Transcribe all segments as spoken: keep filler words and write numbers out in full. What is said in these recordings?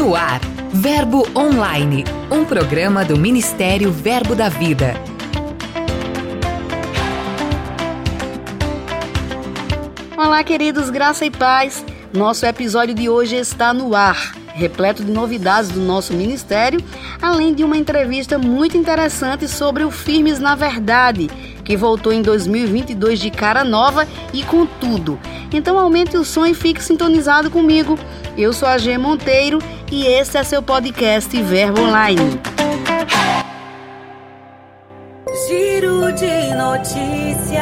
No ar, Verbo Online, um programa do Ministério Verbo da Vida. Olá, queridos, graça e paz. Nosso episódio de hoje está no ar, repleto de novidades do nosso ministério, além de uma entrevista muito interessante sobre o Firmes na Verdade, que voltou em dois mil e vinte e dois de cara nova e com tudo. Então aumente o som e fique sintonizado comigo. Eu sou a G Monteiro e esse é seu podcast Verbo Online. Giro de notícias.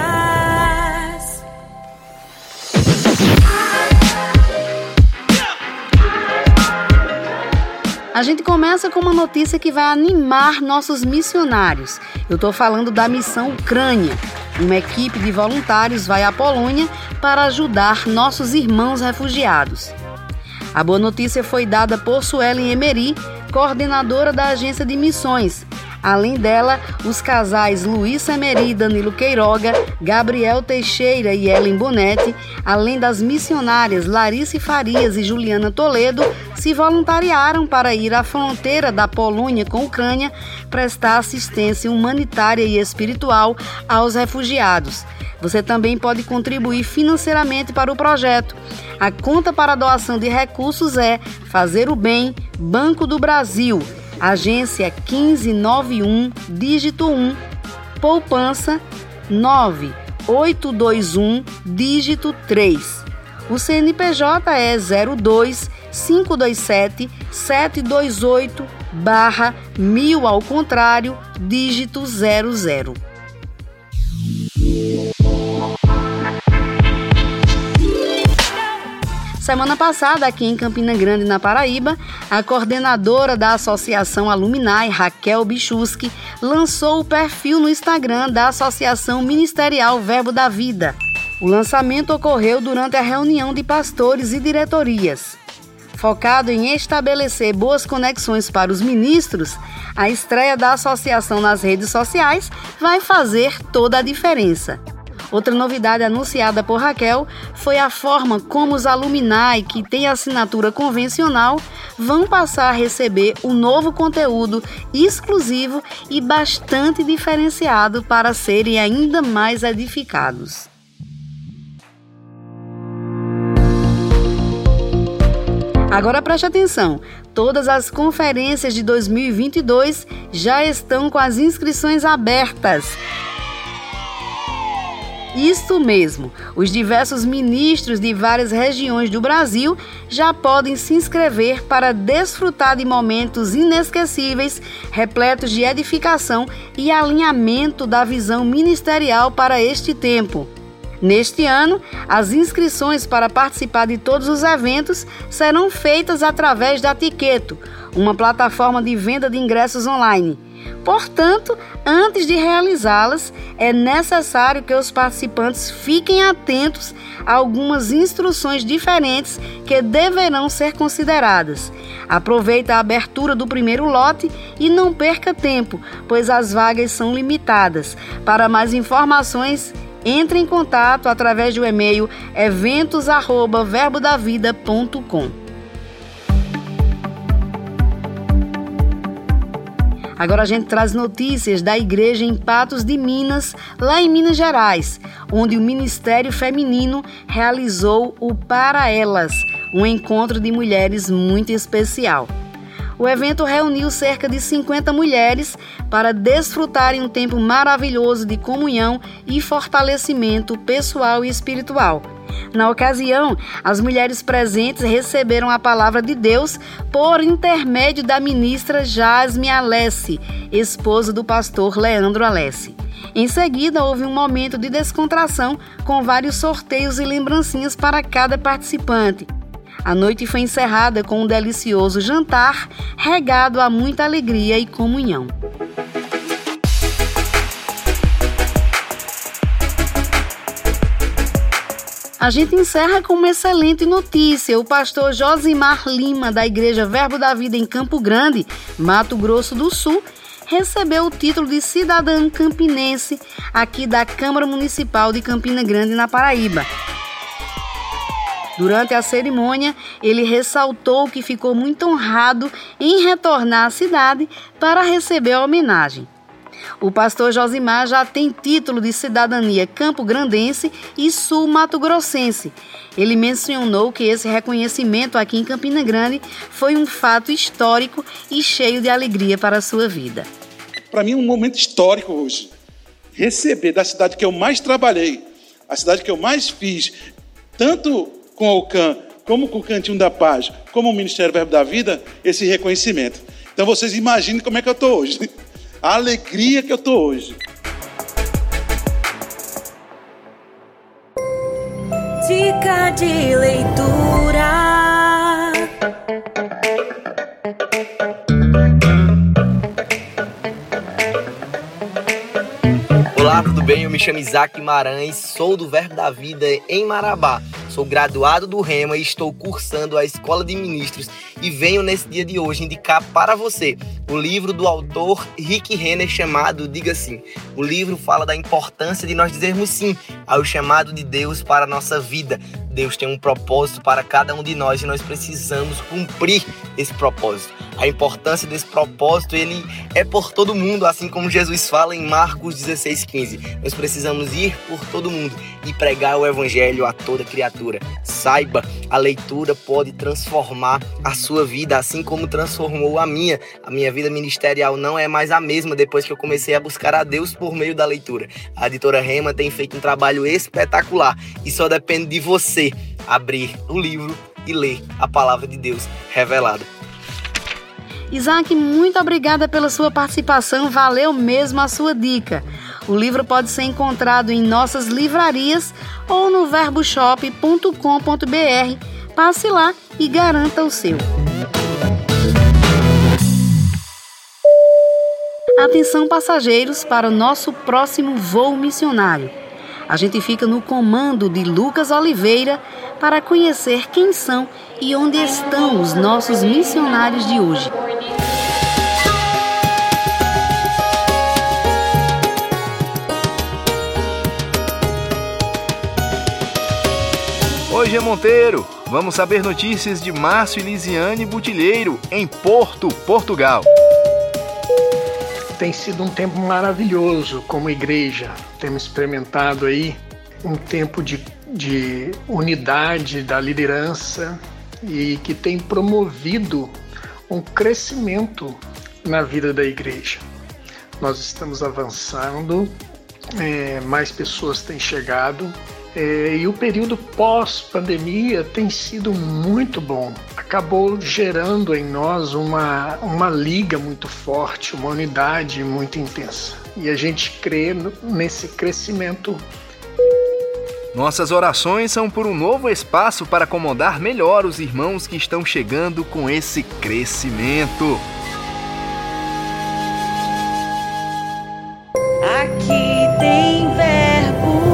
A gente começa com uma notícia que vai animar nossos missionários. Eu estou falando da Missão Ucrânia. Uma equipe de voluntários vai à Polônia para ajudar nossos irmãos refugiados. A boa notícia foi dada por Suelen Emery, coordenadora da agência de missões. Além dela, os casais Luiz Emery e Danilo Queiroga, Gabriel Teixeira e Ellen Bonetti, além das missionárias Larice Farias e Juliana Toledo, se voluntariaram para ir à fronteira da Polônia com a Ucrânia prestar assistência humanitária e espiritual aos refugiados. Você também pode contribuir financeiramente para o projeto. A conta para doação de recursos é Fazer o Bem, Banco do Brasil, agência quinze noventa e um, dígito um, poupança nove oito dois um, dígito três. O C N P J é zero dois cinco dois sete sete dois oito barra mil ao contrário, dígito zero zero. Semana passada, aqui em Campina Grande, na Paraíba, a coordenadora da Associação Alumni, Raquel Bichuski, lançou o perfil no Instagram da Associação Ministerial Verbo da Vida. O lançamento ocorreu durante a reunião de pastores e diretorias. Focado em estabelecer boas conexões para os ministros, a estreia da associação nas redes sociais vai fazer toda a diferença. Outra novidade anunciada por Raquel foi a forma como os alumni que têm assinatura convencional vão passar a receber o novo conteúdo exclusivo e bastante diferenciado para serem ainda mais edificados. Agora preste atenção, todas as conferências de dois mil e vinte e dois já estão com as inscrições abertas. Isso mesmo, os diversos ministros de várias regiões do Brasil já podem se inscrever para desfrutar de momentos inesquecíveis, repletos de edificação e alinhamento da visão ministerial para este tempo. Neste ano, as inscrições para participar de todos os eventos serão feitas através da Tiqueto, uma plataforma de venda de ingressos online. Portanto, antes de realizá-las, é necessário que os participantes fiquem atentos a algumas instruções diferentes que deverão ser consideradas. Aproveite a abertura do primeiro lote e não perca tempo, pois as vagas são limitadas. Para mais informações, entre em contato através do e-mail eventos arroba verbo da vida ponto com. Agora a gente traz notícias da igreja em Patos de Minas, lá em Minas Gerais, onde o Ministério Feminino realizou o Para Elas, um encontro de mulheres muito especial. O evento reuniu cerca de cinquenta mulheres para desfrutarem um tempo maravilhoso de comunhão e fortalecimento pessoal e espiritual. Na ocasião, as mulheres presentes receberam a palavra de Deus por intermédio da ministra Jasme Alessi, esposa do pastor Leandro Alessi. Em seguida, houve um momento de descontração com vários sorteios e lembrancinhas para cada participante. A noite foi encerrada com um delicioso jantar, regado a muita alegria e comunhão. A gente encerra com uma excelente notícia. O pastor Josimar Lima, da Igreja Verbo da Vida em Campo Grande, Mato Grosso do Sul, recebeu o título de cidadã campinense aqui da Câmara Municipal de Campina Grande, na Paraíba. Durante a cerimônia, ele ressaltou que ficou muito honrado em retornar à cidade para receber a homenagem. O pastor Josimar já tem título de cidadania campograndense e sul-mato-grossense. Ele mencionou que esse reconhecimento aqui em Campina Grande foi um fato histórico e cheio de alegria para a sua vida. Para mim é um momento histórico hoje. Receber da cidade que eu mais trabalhei, a cidade que eu mais fiz, tanto com a UCAM, como com o Cantinho da Paz, como o Ministério Verbo da Vida, esse reconhecimento. Então vocês imaginem como é que eu estou hoje. A alegria que eu estou hoje. Dica de leitura. Olá, tudo bem? Eu me chamo Isaac Guimarães, sou do Verbo da Vida em Marabá. Sou graduado do Rema e estou cursando a Escola de Ministros e venho nesse dia de hoje indicar para você o livro do autor Rick Renner chamado Diga Sim. O livro fala da importância de nós dizermos sim ao chamado de Deus para a nossa vida. Deus tem um propósito para cada um de nós e nós precisamos cumprir esse propósito. A importância desse propósito, ele é por todo mundo, assim como Jesus fala em Marcos dezesseis, quinze. Nós precisamos ir por todo mundo e pregar o evangelho a toda criatura. Saiba, a leitura pode transformar a sua vida, assim como transformou a minha. A minha vida ministerial não é mais a mesma depois que eu comecei a buscar a Deus por meio da leitura. A editora Rema tem feito um trabalho espetacular e só depende de você abrir o livro e ler a palavra de Deus revelada. Isaac, muito obrigada pela sua participação, valeu mesmo a sua dica. O livro pode ser encontrado em nossas livrarias ou no verboshop ponto com ponto b r. Passe lá e garanta o seu. Atenção, passageiros, para o nosso próximo voo missionário. A gente fica no comando de Lucas Oliveira para conhecer quem são e onde estão os nossos missionários de hoje. Oi, G. Monteiro, vamos saber notícias de Márcio e Lisiane Butilheiro, em Porto, Portugal. Tem sido um tempo maravilhoso como igreja. Temos experimentado aí um tempo de, de unidade da liderança e que tem promovido um crescimento na vida da igreja. Nós estamos avançando, é, mais pessoas têm chegado. É, e o período pós-pandemia tem sido muito bom. Acabou gerando em nós uma, uma liga muito forte, uma unidade muito intensa. E a gente crê nesse crescimento. Nossas orações são por um novo espaço para acomodar melhor os irmãos que estão chegando com esse crescimento. Aqui tem verbo.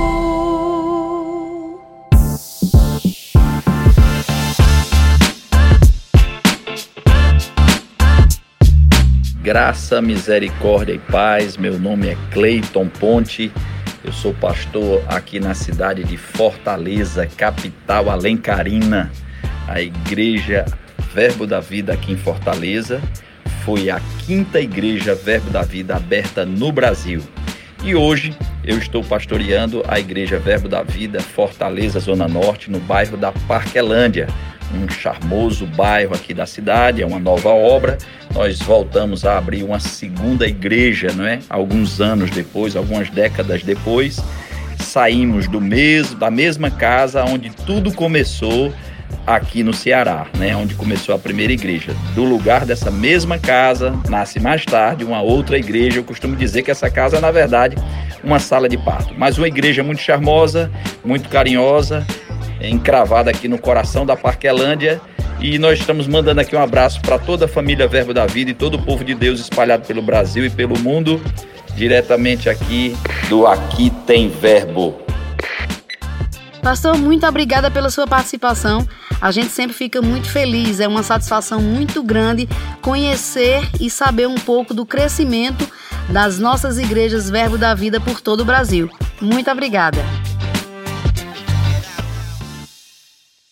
Graça, misericórdia e paz. Meu nome é Cleiton Ponte. Eu sou pastor aqui na cidade de Fortaleza, capital alencarina. A igreja Verbo da Vida aqui em Fortaleza foi a quinta igreja Verbo da Vida aberta no Brasil. E hoje eu estou pastoreando a igreja Verbo da Vida Fortaleza, Zona Norte, no bairro da Parquelândia. Um charmoso bairro aqui da cidade, é uma nova obra. Nós voltamos a abrir uma segunda igreja, não é? Alguns anos depois, algumas décadas depois, saímos do mesmo, da mesma casa onde tudo começou aqui no Ceará, né? Onde começou a primeira igreja. Do lugar dessa mesma casa, nasce mais tarde uma outra igreja. Eu costumo dizer que essa casa é, na verdade, uma sala de parto. Mas uma igreja muito charmosa, muito carinhosa, encravada aqui no coração da Parquelândia, e nós estamos mandando aqui um abraço para toda a família Verbo da Vida e todo o povo de Deus espalhado pelo Brasil e pelo mundo, diretamente aqui do Aqui Tem Verbo. Pastor, muito obrigada pela sua participação. A gente sempre fica muito feliz, é uma satisfação muito grande conhecer e saber um pouco do crescimento das nossas igrejas Verbo da Vida por todo o Brasil. Muito obrigada.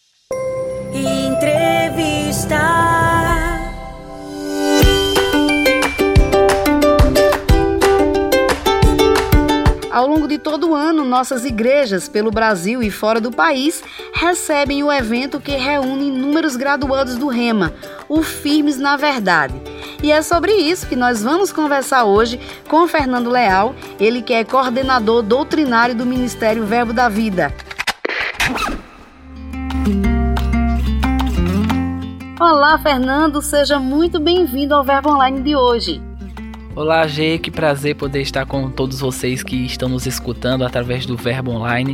todo ano nossas igrejas pelo Brasil e fora do país recebem o evento que reúne inúmeros graduados do Rema, o Firmes na Verdade. E é sobre isso que nós vamos conversar hoje com Fernando Leal, ele que é coordenador doutrinário do Ministério Verbo da Vida. Olá, Fernando, seja muito bem-vindo ao Verbo Online de hoje. Olá, Gê, que prazer poder estar com todos vocês que estão nos escutando através do Verbo Online.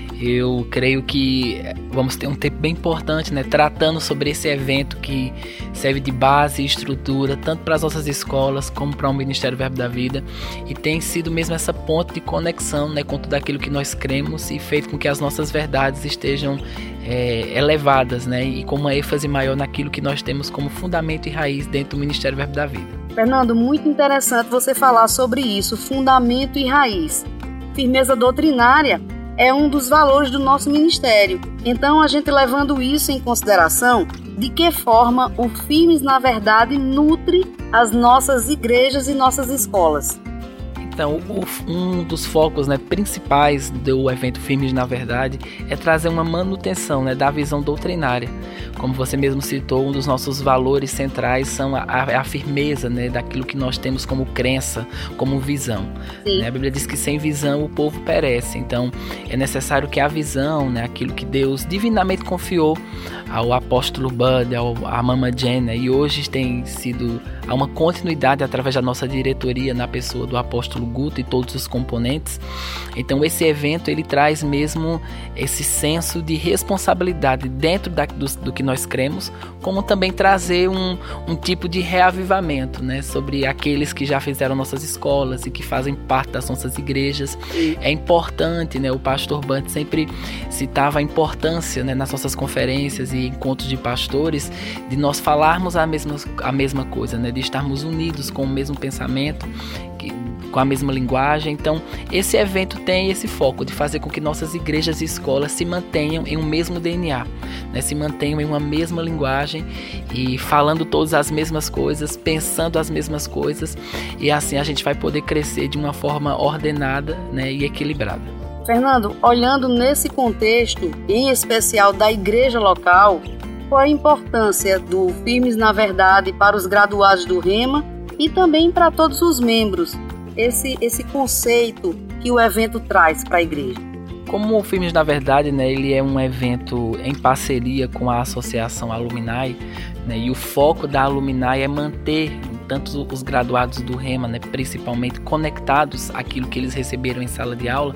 Eu creio que vamos ter um tempo bem importante, né, tratando sobre esse evento que serve de base e estrutura tanto para as nossas escolas como para o Ministério Verbo da Vida, e tem sido mesmo essa ponte de conexão, né, com tudo aquilo que nós cremos e feito com que as nossas verdades estejam é, elevadas, né, e com uma ênfase maior naquilo que nós temos como fundamento e raiz dentro do Ministério Verbo da Vida. Fernando, muito interessante você falar sobre isso, fundamento e raiz. Firmeza doutrinária é um dos valores do nosso ministério. Então, a gente levando isso em consideração, de que forma o Firmes na Verdade nutre as nossas igrejas e nossas escolas? Então, o, um dos focos, né, principais do evento Firmes na Verdade é trazer uma manutenção, né, da visão doutrinária. Como você mesmo citou, um dos nossos valores centrais são a, a, a firmeza, né, daquilo que nós temos como crença, como visão. Né? A Bíblia diz que sem visão o povo perece. Então, é necessário que a visão, né, aquilo que Deus divinamente confiou ao apóstolo Bud, ao, à Mama Jen, né, e hoje tem sido há uma continuidade através da nossa diretoria na pessoa do apóstolo Guto e todos os componentes. Então esse evento ele traz mesmo esse senso de responsabilidade dentro da, do, do que nós cremos, como também trazer um, um tipo de reavivamento, né, sobre aqueles que já fizeram nossas escolas e que fazem parte das nossas igrejas. É importante, né, o pastor Bud sempre citava a importância, né, nas nossas conferências e encontros de pastores de nós falarmos a mesma, a mesma coisa, né, de estarmos unidos com o mesmo pensamento, que, com a mesma linguagem. Então esse evento tem esse foco de fazer com que nossas igrejas e escolas se mantenham em um mesmo D N A, né? Se mantenham em uma mesma linguagem e falando todas as mesmas coisas, pensando as mesmas coisas, e assim a gente vai poder crescer de uma forma ordenada, né, e equilibrada. Fernando, olhando nesse contexto, em especial da igreja local, qual a importância do Firmes na Verdade para os graduados do Rema e também para todos os membros? Esse, esse conceito que o evento traz para a igreja. Como o Firmes na Verdade, né, ele é um evento em parceria com a Associação Alumni, né, e o foco da Alumni é manter tanto os graduados do Rema, né, principalmente conectados àquilo que eles receberam em sala de aula,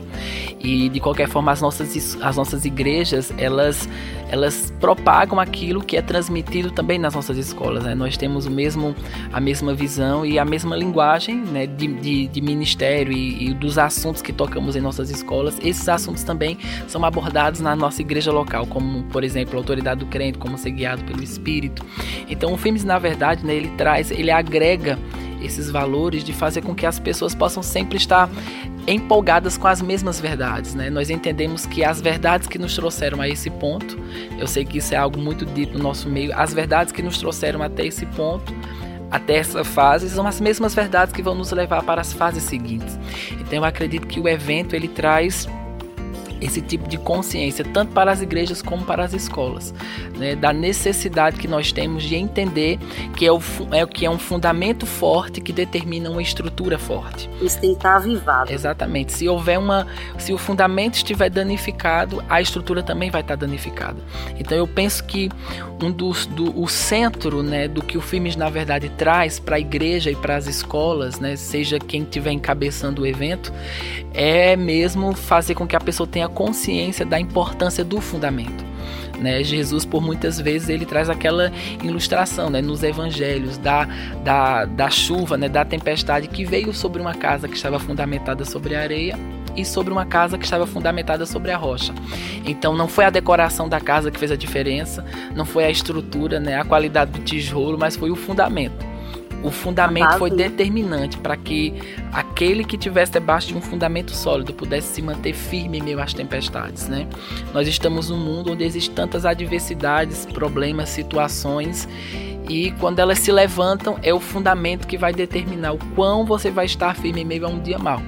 e de qualquer forma as nossas, as nossas igrejas, elas, elas propagam aquilo que é transmitido também nas nossas escolas, né? Nós temos o mesmo, a mesma visão e a mesma linguagem, né, de, de, de ministério e, e dos assuntos que tocamos em nossas escolas. Esses assuntos também são abordados na nossa igreja local, como por exemplo a autoridade do crente, como ser guiado pelo Espírito. Então o Firmes na Verdade, né, ele traz, ele agrega esses valores de fazer com que as pessoas possam sempre estar empolgadas com as mesmas verdades, né? Nós entendemos que as verdades que nos trouxeram a esse ponto, eu sei que isso é algo muito dito no nosso meio, as verdades que nos trouxeram até esse ponto, até essa fase, são as mesmas verdades que vão nos levar para as fases seguintes. Então eu acredito que o evento ele traz esse tipo de consciência, tanto para as igrejas como para as escolas, né, da necessidade que nós temos de entender que é, o, é, que é um fundamento forte que determina uma estrutura forte. Isso tem que estar avivado. Exatamente. Se houver uma, se o fundamento estiver danificado, a estrutura também vai estar danificada. Então eu penso que um dos, do, o centro, né, do que o Firmes na Verdade traz para a igreja e para as escolas, né, seja quem estiver encabeçando o evento, é mesmo fazer com que a pessoa tenha consciência da importância do fundamento, né? Jesus, por muitas vezes, ele traz aquela ilustração, né, nos evangelhos da, da, da chuva, né, da tempestade que veio sobre uma casa que estava fundamentada sobre a areia e sobre uma casa que estava fundamentada sobre a rocha. Então não foi a decoração da casa que fez a diferença, não foi a estrutura, né, a qualidade do tijolo, mas foi o fundamento. O fundamento foi determinante para que aquele que estivesse debaixo de um fundamento sólido pudesse se manter firme em meio às tempestades, né? Nós estamos num mundo onde existem tantas adversidades, problemas, situações, e quando elas se levantam é o fundamento que vai determinar o quão você vai estar firme em meio a um dia mau.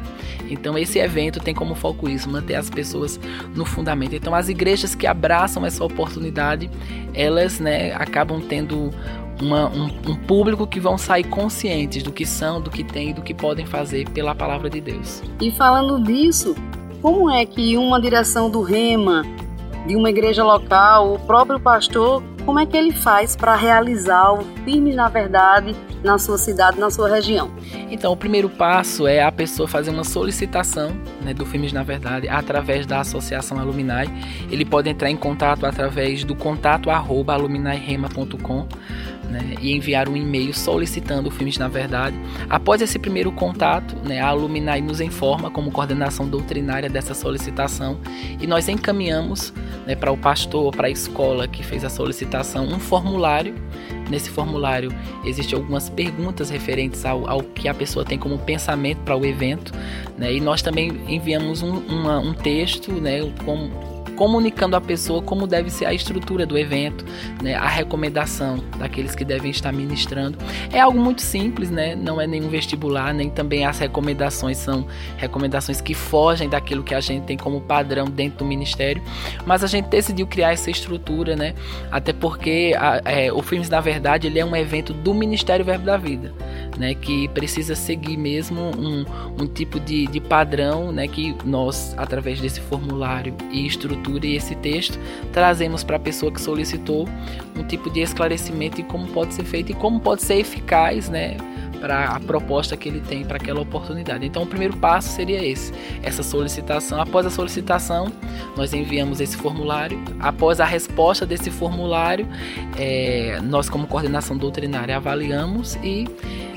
Então esse evento tem como foco isso, manter as pessoas no fundamento. Então as igrejas que abraçam essa oportunidade, elas, né, acabam tendo uma, um, um público que vão sair conscientes do que são, do que têm e do que podem fazer pela palavra de Deus. E falando disso, como é que uma direção do Rema, de uma igreja local, o próprio pastor, como é que ele faz para realizar o Firmes na Verdade na sua cidade, na sua região? Então, o primeiro passo é a pessoa fazer uma solicitação, né, do Firmes na Verdade através da Associação Alumni. Ele pode entrar em contato através do contato arroba aluminirema ponto com, né, e enviar um e-mail solicitando o Firmes na Verdade. Após esse primeiro contato, né, a Alumni nos informa como coordenação doutrinária dessa solicitação e nós encaminhamos, né, para o pastor, para a escola que fez a solicitação, um formulário. Nesse formulário existem algumas perguntas referentes ao, ao que a pessoa tem como pensamento para o evento, né, e nós também enviamos um, uma, um texto, né, com, comunicando à pessoa como deve ser a estrutura do evento, né, a recomendação daqueles que devem estar ministrando. É algo muito simples, né, não é nenhum vestibular, nem também as recomendações são recomendações que fogem daquilo que a gente tem como padrão dentro do ministério, mas a gente decidiu criar essa estrutura, né, até porque a, é, o Firmes na Verdade ele é um evento do Ministério Verbo da Vida, né, que precisa seguir mesmo um, um tipo de, de padrão, né, que nós, através desse formulário e estrutura e esse texto, trazemos para a pessoa que solicitou um tipo de esclarecimento de como pode ser feito e como pode ser eficaz, né, para a proposta que ele tem para aquela oportunidade. Então o primeiro passo seria esse, essa solicitação. Após a solicitação, nós enviamos esse formulário. Após a resposta desse formulário, é, nós como coordenação doutrinária avaliamos e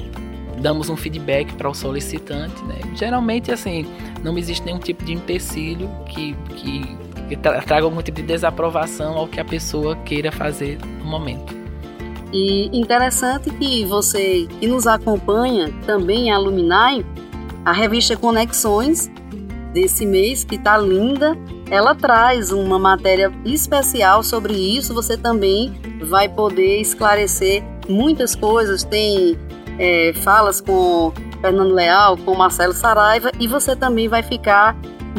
damos um feedback para o solicitante, né? Geralmente, assim, não existe nenhum tipo de empecilho que, que, que tra- traga algum tipo de desaprovação ao que a pessoa queira fazer no momento. E interessante que você que nos acompanha também, a Alumni, a revista Conexões desse mês, que está linda, ela traz uma matéria especial sobre isso. Você também vai poder esclarecer muitas coisas, tem É, falas com Fernando Leal, com Marcelo Saraiva, e você também vai ficar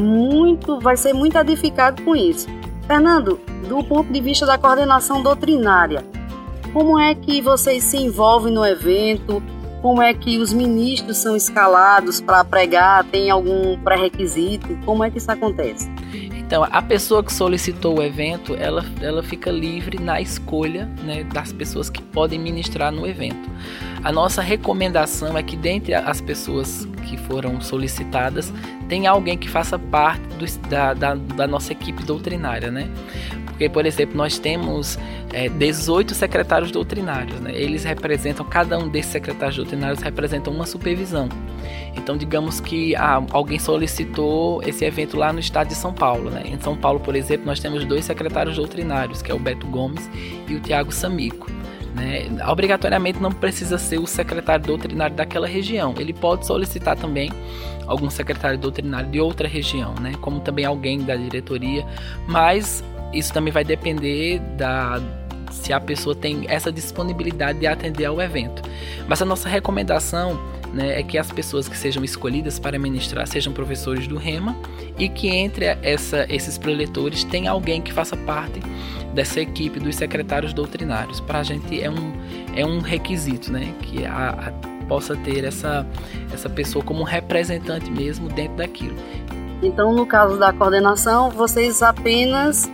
muito, vai ser muito edificado com isso. Fernando, do ponto de vista da coordenação doutrinária, como é que vocês se envolvem no evento? Como é que os ministros são escalados para pregar? Tem algum pré-requisito? Como é que isso acontece? Então, a pessoa que solicitou o evento, ela, ela fica livre na escolha, né, das pessoas que podem ministrar no evento. A nossa recomendação é que dentre as pessoas que foram solicitadas, tenha alguém que faça parte do, da, da, da nossa equipe doutrinária, né? Porque, por exemplo, nós temos é, dezoito secretários doutrinários, né? Eles representam, cada um desses secretários doutrinários representa uma supervisão. Então, digamos que ah, alguém solicitou esse evento lá no estado de São Paulo, né? Em São Paulo, por exemplo, nós temos dois secretários doutrinários, que é o Beto Gomes e o Tiago Samico, né? Obrigatoriamente não precisa ser o secretário doutrinário daquela região. Ele pode solicitar também algum secretário doutrinário de outra região, né? Como também alguém da diretoria, mas isso também vai depender da, se a pessoa tem essa disponibilidade de atender ao evento. Mas a nossa recomendação, né, é que as pessoas que sejam escolhidas para ministrar sejam professores do Rema e que entre essa, esses preletores tenha alguém que faça parte dessa equipe dos secretários doutrinários. Para a gente é um, é um requisito, né, que a, a, possa ter essa, essa pessoa como um representante mesmo dentro daquilo. Então, no caso da coordenação, vocês apenas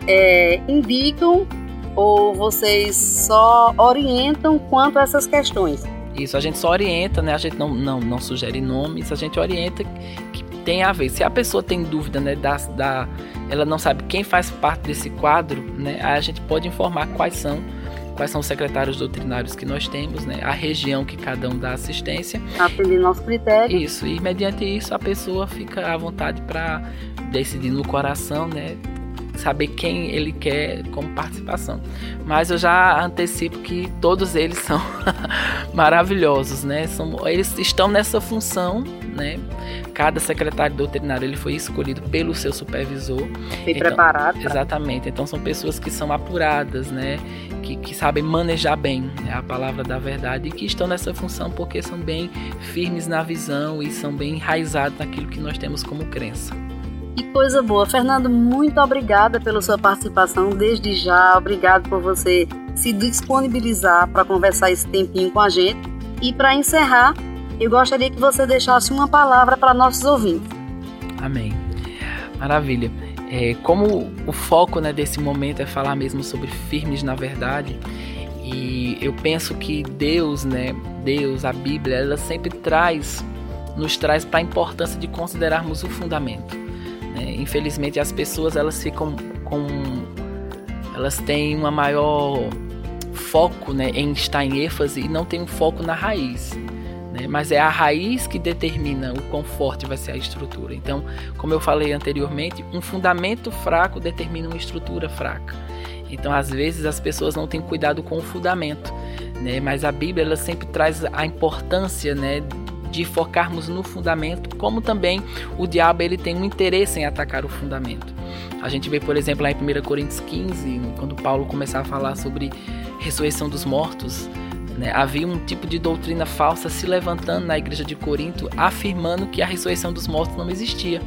é, indicam ou vocês só orientam quanto a essas questões? Isso, a gente só orienta, né? A gente não, não, não sugere nomes, a gente orienta que tem a ver. Se a pessoa tem dúvida, né, da, da, ela não sabe quem faz parte desse quadro, né, a gente pode informar quais são, quais são os secretários doutrinários que nós temos, né, a região que cada um dá assistência. Atender nosso critério. Isso, e mediante isso a pessoa fica à vontade para decidir no coração, né, saber quem ele quer como participação. Mas eu já antecipo que todos eles são maravilhosos, né? São, eles estão nessa função, né? Cada secretário doutrinário ele foi escolhido pelo seu supervisor. Foi então, preparado. Pra... Exatamente. Então são pessoas que são apuradas, né? Que, que sabem manejar bem, né, a palavra da verdade e que estão nessa função porque são bem firmes na visão e são bem enraizados naquilo que nós temos como crença. Que coisa boa. Fernando, muito obrigada pela sua participação desde já. Obrigado por você se disponibilizar para conversar esse tempinho com a gente. E para encerrar, eu gostaria que você deixasse uma palavra para nossos ouvintes. Amém. Maravilha. É, como o foco, né, desse momento é falar mesmo sobre firmes na verdade, e eu penso que Deus, né, Deus, a Bíblia, ela sempre traz, nos traz para a importância de considerarmos o fundamento. Né? Infelizmente as pessoas elas ficam com, elas têm uma maior foco, né, em estar em ênfase e não tem um foco na raiz. Né? Mas é a raiz que determina o quão forte vai ser a estrutura. Então, como eu falei anteriormente, um fundamento fraco determina uma estrutura fraca. Então, às vezes, as pessoas não têm cuidado com o fundamento, né? Mas a Bíblia ela sempre traz a importância, né, de focarmos no fundamento, como também o diabo ele tem um interesse em atacar o fundamento. A gente vê, por exemplo, lá em primeira Coríntios quinze, quando Paulo começar a falar sobre ressurreição dos mortos, né, havia um tipo de doutrina falsa se levantando na igreja de Corinto, afirmando que a ressurreição dos mortos não existia.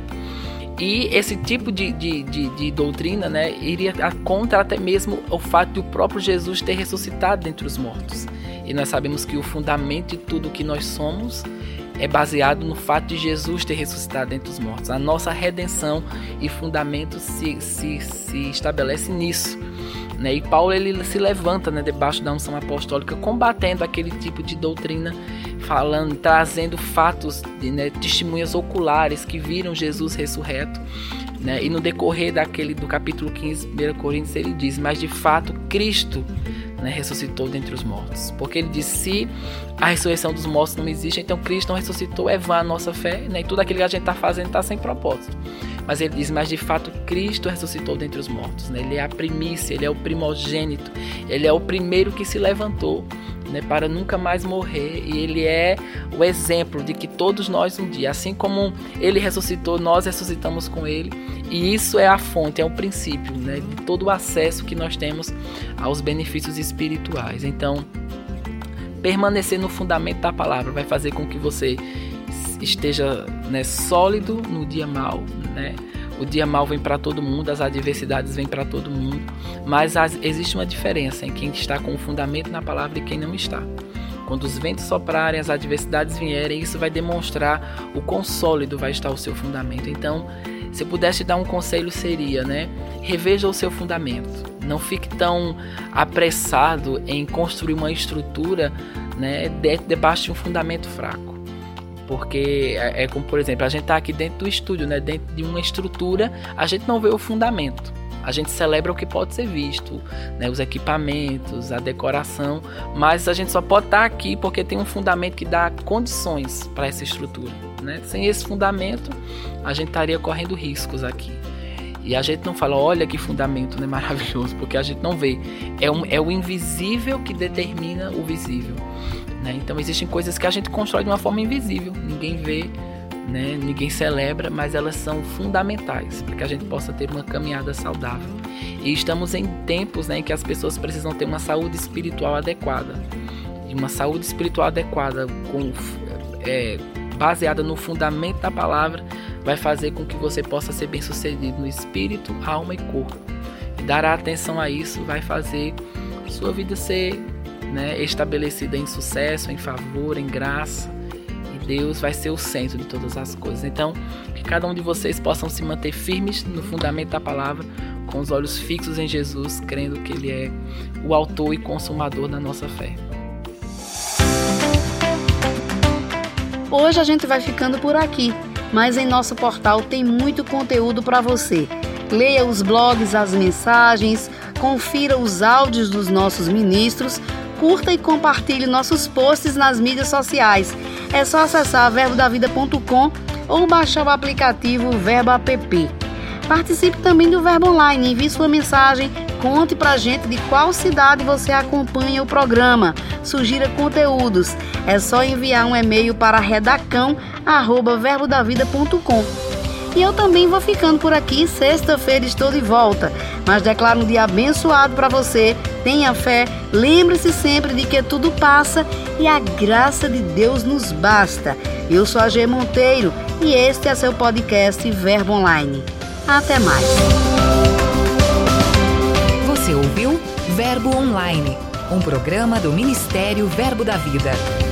E esse tipo de, de, de, de doutrina, né, iria contra até mesmo o fato de o próprio Jesus ter ressuscitado dentre os mortos. E nós sabemos que o fundamento de tudo que nós somos é baseado no fato de Jesus ter ressuscitado dentre os mortos. A nossa redenção e fundamento se, se, se estabelece nisso. Né? E Paulo ele se levanta, né, debaixo da unção apostólica, combatendo aquele tipo de doutrina, falando, trazendo fatos, de, né, testemunhas oculares que viram Jesus ressurreto. Né? E no decorrer daquele, do capítulo quinze, primeira Coríntios, ele diz, mas de fato Cristo, né, ressuscitou dentre os mortos. Porque ele diz, se a ressurreição dos mortos não existe, então Cristo não ressuscitou, é vã a nossa fé, né? E tudo aquilo que a gente está fazendo está sem propósito. Mas ele diz, mas de fato Cristo ressuscitou dentre os mortos, né? Ele é a primícia, ele é o primogênito, ele é o primeiro que se levantou, né, para nunca mais morrer, e ele é o exemplo de que todos nós um dia, assim como ele ressuscitou, nós ressuscitamos com ele, e isso é a fonte, é o princípio, né, de todo o acesso que nós temos aos benefícios espirituais. Então, permanecer no fundamento da palavra vai fazer com que você esteja, né, sólido no dia mau, né? O dia mau vem para todo mundo, as adversidades vêm para todo mundo, mas as, existe uma diferença em quem está com o fundamento na palavra e quem não está. Quando os ventos soprarem, as adversidades vierem, isso vai demonstrar o quão sólido vai estar o seu fundamento. Então, se eu pudesse dar um conselho seria, né, reveja o seu fundamento. Não fique tão apressado em construir uma estrutura, né, de, debaixo de um fundamento fraco. Porque é, é como, por exemplo, a gente está aqui dentro do estúdio, né? Dentro de uma estrutura, a gente não vê o fundamento. A gente celebra o que pode ser visto, né? Os equipamentos, a decoração, mas a gente só pode estar aqui porque tem um fundamento que dá condições para essa estrutura, né? Sem esse fundamento, a gente estaria correndo riscos aqui. E a gente não fala, olha que fundamento, né, maravilhoso, porque a gente não vê. É, um, é o invisível que determina o visível. Né? Então existem coisas que a gente constrói de uma forma invisível, ninguém vê, né? Ninguém celebra, mas elas são fundamentais para que a gente possa ter uma caminhada saudável. E estamos em tempos, né, em que as pessoas precisam ter uma saúde espiritual adequada. E uma saúde espiritual adequada, com, é, baseada no fundamento da palavra, vai fazer com que você possa ser bem sucedido no espírito, alma e corpo. E dar atenção a isso vai fazer sua vida ser, né, estabelecida em sucesso, em favor, em graça, e Deus vai ser o centro de todas as coisas. Então, que cada um de vocês possam se manter firmes no fundamento da palavra, com os olhos fixos em Jesus, crendo que Ele é o autor e consumador da nossa fé. Hoje a gente vai ficando por aqui, mas em nosso portal tem muito conteúdo para você. Leia os blogs, as mensagens, confira os áudios dos nossos ministros, curta e compartilhe nossos posts nas mídias sociais. É só acessar verbo da vida ponto com ou baixar o aplicativo Verbo App. Participe também do Verbo Online, envie sua mensagem, Conte pra gente de qual cidade você acompanha o programa. Sugira conteúdos. É só enviar um e-mail para redacão arroba verbo da vida ponto com. E eu também vou ficando por aqui. Sexta-feira estou de volta. Mas declaro um dia abençoado para você. Tenha fé. Lembre-se sempre de que tudo passa e a graça de Deus nos basta. Eu sou a G Monteiro e este é seu podcast Verbo Online. Até mais. Você ouviu Verbo Online, um programa do Ministério Verbo da Vida.